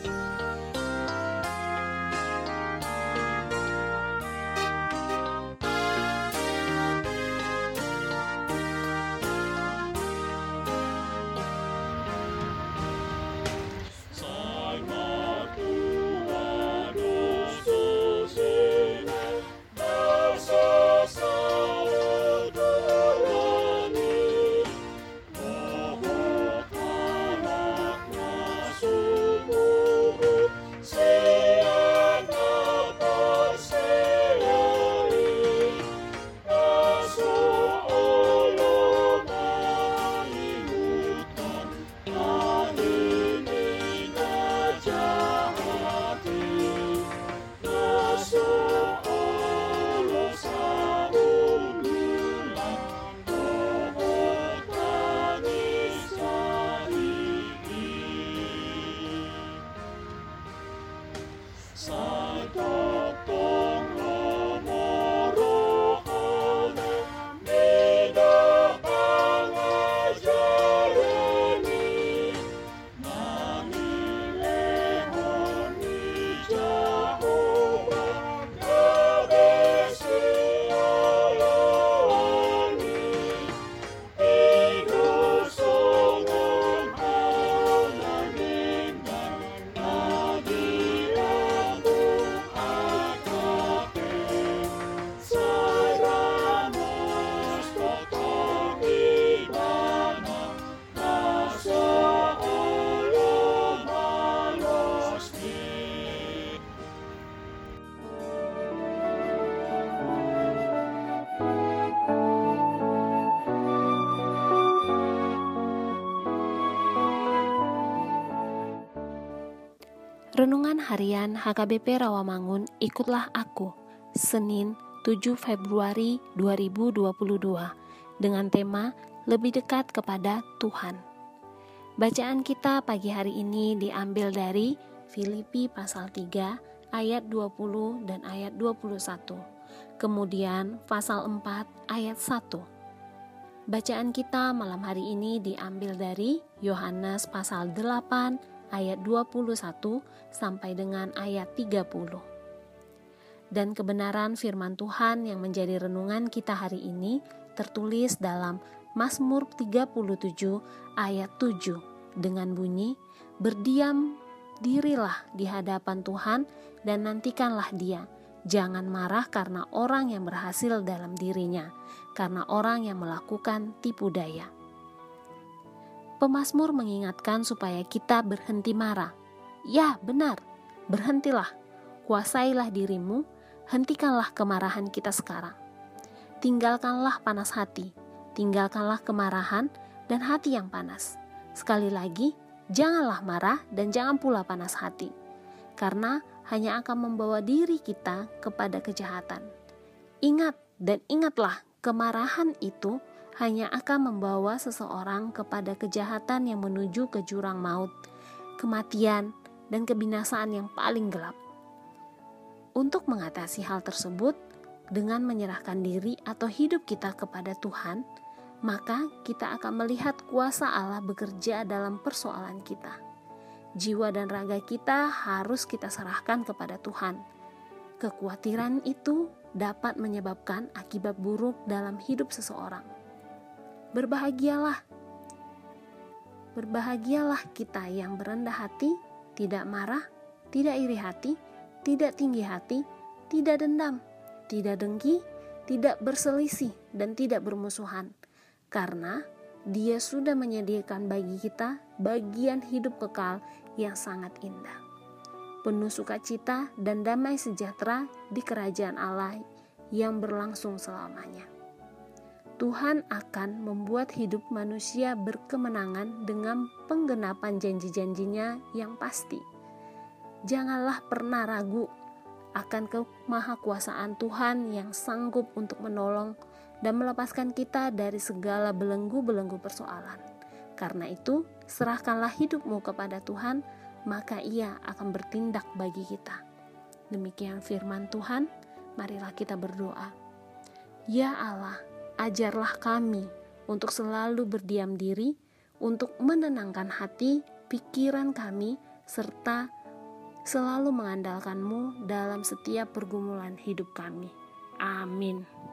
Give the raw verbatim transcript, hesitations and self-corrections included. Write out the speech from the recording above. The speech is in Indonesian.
Renungan Harian H K B P Rawamangun, Ikutlah Aku, Senin tujuh Februari dua ribu dua puluh dua, dengan tema Lebih Dekat Kepada Tuhan. Bacaan kita pagi hari ini diambil dari Filipi pasal tiga ayat dua puluh dan ayat dua puluh satu, kemudian pasal empat ayat satu. Bacaan kita malam hari ini diambil dari Yohanes pasal delapan ayat dua puluh satu sampai dengan ayat tiga puluh. Dan kebenaran firman Tuhan yang menjadi renungan kita hari ini tertulis dalam Mazmur tiga puluh tujuh ayat tujuh dengan bunyi, "Berdiam dirilah di hadapan Tuhan dan nantikanlah Dia. Jangan marah karena orang yang berhasil dalam dirinya, karena orang yang melakukan tipu daya." Pemazmur mengingatkan supaya kita berhenti marah. Ya, benar, berhentilah, kuasailah dirimu, hentikanlah kemarahan kita sekarang. Tinggalkanlah panas hati, tinggalkanlah kemarahan dan hati yang panas. Sekali lagi, janganlah marah dan jangan pula panas hati, karena hanya akan membawa diri kita kepada kejahatan. Ingat dan ingatlah, kemarahan itu hanya akan membawa seseorang kepada kejahatan yang menuju ke jurang maut, kematian, dan kebinasaan yang paling gelap. Untuk mengatasi hal tersebut, dengan menyerahkan diri atau hidup kita kepada Tuhan, maka kita akan melihat kuasa Allah bekerja dalam persoalan kita. Jiwa dan raga kita harus kita serahkan kepada Tuhan. Kekhawatiran itu dapat menyebabkan akibat buruk dalam hidup seseorang. Berbahagialah, berbahagialah kita yang berendah hati, tidak marah, tidak iri hati, tidak tinggi hati, tidak dendam, tidak dengki, tidak berselisih, dan tidak bermusuhan. Karena Dia sudah menyediakan bagi kita bagian hidup kekal yang sangat indah, penuh sukacita dan damai sejahtera di kerajaan Allah yang berlangsung selamanya. Tuhan akan membuat hidup manusia berkemenangan dengan penggenapan janji-janjinya yang pasti. Janganlah pernah ragu akan kemahakuasaan Tuhan yang sanggup untuk menolong dan melepaskan kita dari segala belenggu-belenggu persoalan. Karena itu, serahkanlah hidupmu kepada Tuhan, maka Ia akan bertindak bagi kita. Demikian firman Tuhan, marilah kita berdoa. Ya Allah, ajarlah kami untuk selalu berdiam diri, untuk menenangkan hati, pikiran kami, serta selalu mengandalkan-Mu dalam setiap pergumulan hidup kami. Amin.